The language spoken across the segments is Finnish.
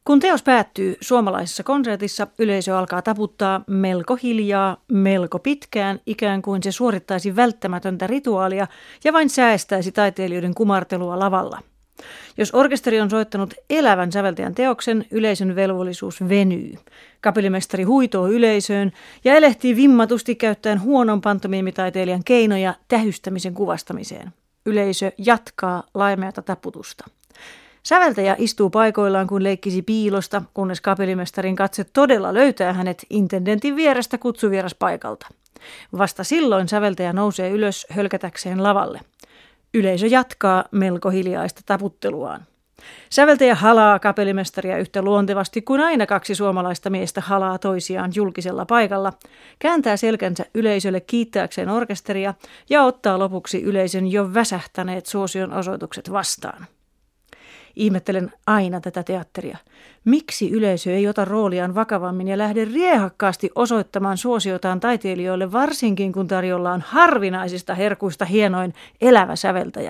Kun teos päättyy suomalaisessa konsertissa, yleisö alkaa taputtaa melko hiljaa, melko pitkään, ikään kuin se suorittaisi välttämätöntä rituaalia ja vain säästäisi taiteilijoiden kumartelua lavalla. Jos orkesteri on soittanut elävän säveltäjän teoksen, yleisön velvollisuus venyy. Kapellimestari huitoo yleisöön ja elehtii vimmatusti käyttäen huonon pantomiimitaiteilijan keinoja tähystämisen kuvastamiseen. Yleisö jatkaa laimeata taputusta. Säveltäjä istuu paikoillaan kuin leikkisi piilosta, kunnes kapellimestarin katse todella löytää hänet intendentin vierestä kutsuvieras-paikalta. Vasta silloin säveltäjä nousee ylös hölkätäkseen lavalle. Yleisö jatkaa melko hiljaista taputteluaan. Säveltäjä halaa kapellimestaria yhtä luontevasti kuin aina kaksi suomalaista miestä halaa toisiaan julkisella paikalla, kääntää selkänsä yleisölle kiittääkseen orkesteria ja ottaa lopuksi yleisön jo väsähtäneet suosion osoitukset vastaan. Ihmettelen aina tätä teatteria. Miksi yleisö ei ota rooliaan vakavammin ja lähde riehakkaasti osoittamaan suosiotaan taiteilijoille, varsinkin kun tarjolla on harvinaisista herkuista hienoin elävä säveltäjä?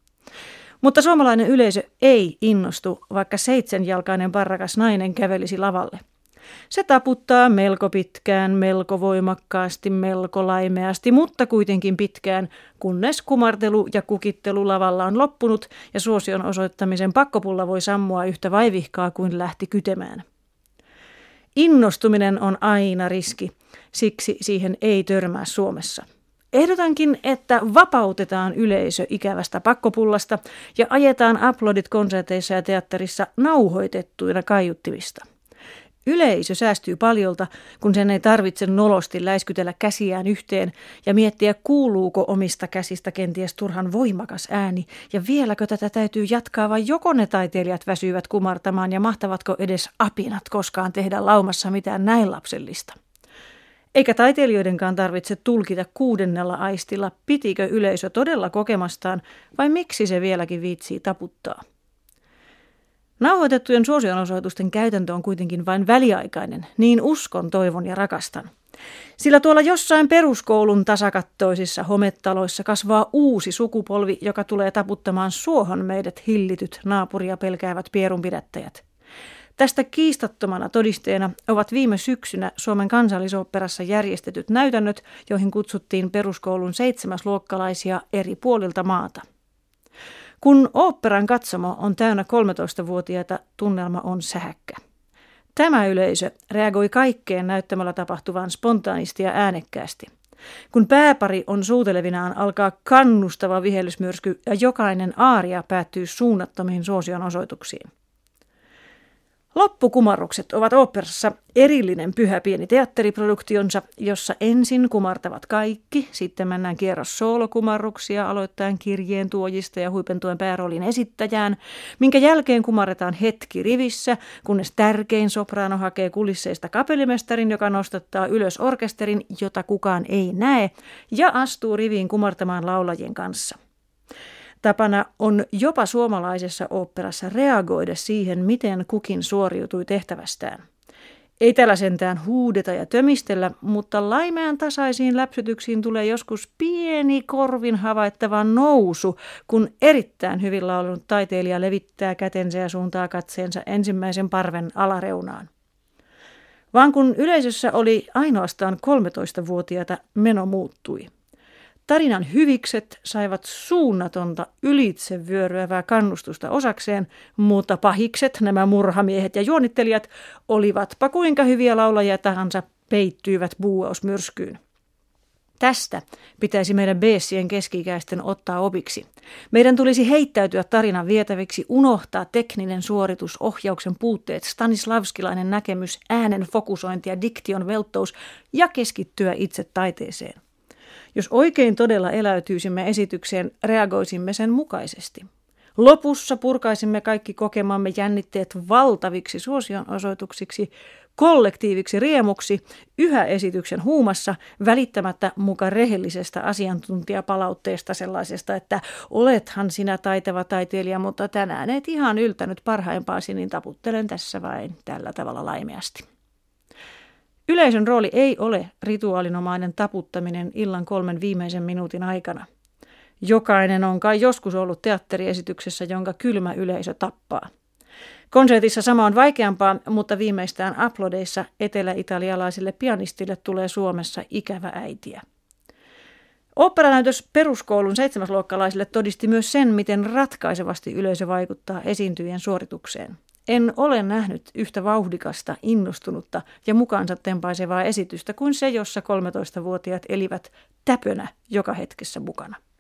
Mutta suomalainen yleisö ei innostu, vaikka 7-jalkainen parrakas nainen kävelisi lavalle. Se taputtaa melko pitkään, melko voimakkaasti, melko laimeasti, mutta kuitenkin pitkään, kunnes kumartelu ja kukittelu lavalla on loppunut ja suosion osoittamisen pakkopulla voi sammua yhtä vaivihkaa kuin lähti kytemään. Innostuminen on aina riski, siksi siihen ei törmää Suomessa. Ehdotankin, että vapautetaan yleisö ikävästä pakkopullasta ja ajetaan aplodit konserteissa ja teatterissa nauhoitettuina kaiuttimista. Yleisö säästyy paljolta, kun sen ei tarvitse nolosti läiskytellä käsiään yhteen ja miettiä, kuuluuko omista käsistä kenties turhan voimakas ääni ja vieläkö tätä täytyy jatkaa vai joko ne taiteilijat väsyvät kumartamaan ja mahtavatko edes apinat koskaan tehdä laumassa mitään näin lapsellista. Eikä taiteilijoidenkaan tarvitse tulkita 6. aistilla, pitikö yleisö todella kokemastaan vai miksi se vieläkin viitsii taputtaa. Nauhoitettujen suosionosoitusten käytäntö on kuitenkin vain väliaikainen, niin uskon, toivon ja rakastan. Sillä tuolla jossain peruskoulun tasakattoisissa hometaloissa kasvaa uusi sukupolvi, joka tulee taputtamaan suohon meidät hillityt naapuria pelkäävät pierunpidättäjät. Tästä kiistattomana todisteena ovat viime syksynä Suomen Kansallisoopperassa järjestetyt näytännöt, joihin kutsuttiin peruskoulun 7-luokkalaisia eri puolilta maata. Kun oopperan katsomo on täynnä 13-vuotiaita, tunnelma on sähäkkä. Tämä yleisö reagoi kaikkeen näyttämällä tapahtuvaan spontaanisti ja äänekkäästi. Kun pääpari on suutelevinaan, alkaa kannustava vihellysmyrsky ja jokainen aaria päättyy suunnattomiin suosionosoituksiin. Loppukumarrukset ovat oopperassa erillinen pyhä pieni teatteriproduktionsa, jossa ensin kumartavat kaikki, sitten mennään kierros soolokumarruksia aloittaen kirjeen tuojista ja huipentuen pääroolin esittäjään, minkä jälkeen kumarretaan hetki rivissä, kunnes tärkein sopraano hakee kulisseista kapellimestarin, joka nostattaa ylös orkesterin, jota kukaan ei näe, ja astuu riviin kumartamaan laulajien kanssa. Tapana on jopa suomalaisessa oopperassa reagoida siihen, miten kukin suoriutui tehtävästään. Ei tällä sentään huudeta ja tömistellä, mutta laimean tasaisiin läpsytyksiin tulee joskus pieni korvin havaittava nousu, kun erittäin hyvin laulanut taiteilija levittää kätensä ja suuntaa katseensa ensimmäisen parven alareunaan. Vaan kun yleisössä oli ainoastaan 13-vuotiaita, meno muuttui. Tarinan hyvikset saivat suunnatonta ylitsevyöryävää kannustusta osakseen, mutta pahikset, nämä murhamiehet ja juonittelijat, olivatpa kuinka hyviä laulajia tahansa, peittyivät buuausmyrskyyn. Tästä pitäisi meidän beessien keski-ikäisten ottaa opiksi. Meidän tulisi heittäytyä tarinan vietäviksi, unohtaa tekninen suoritus, ohjauksen puutteet, stanislavskilainen näkemys, äänen fokusointi ja diktion velttous ja keskittyä itse taiteeseen. Jos oikein todella eläytyisimme esitykseen, reagoisimme sen mukaisesti. Lopussa purkaisimme kaikki kokemamme jännitteet valtaviksi suosionosoituksiksi, kollektiiviksi riemuksi, yhä esityksen huumassa, välittämättä muka rehellisestä asiantuntijapalautteesta sellaisesta, että olethan sinä taitava taiteilija, mutta tänään et ihan yltänyt parhaimpaasi, niin taputtelen tässä vain tällä tavalla laimeasti. Yleisön rooli ei ole rituaalinomainen taputtaminen illan 3 viimeisen minuutin aikana. Jokainen on kai joskus ollut teatteriesityksessä, jonka kylmä yleisö tappaa. Konsertissa sama on vaikeampaa, mutta viimeistään aplodeissa etelä-italialaiselle pianistille tulee Suomessa ikävä äitiä. Oopperanäytös peruskoulun 7-luokkalaisille todisti myös sen, miten ratkaisevasti yleisö vaikuttaa esiintyjien suoritukseen. En ole nähnyt yhtä vauhdikasta, innostunutta ja mukaansa tempaisevaa esitystä kuin se, jossa 13-vuotiaat elivät täpönä joka hetkessä mukana.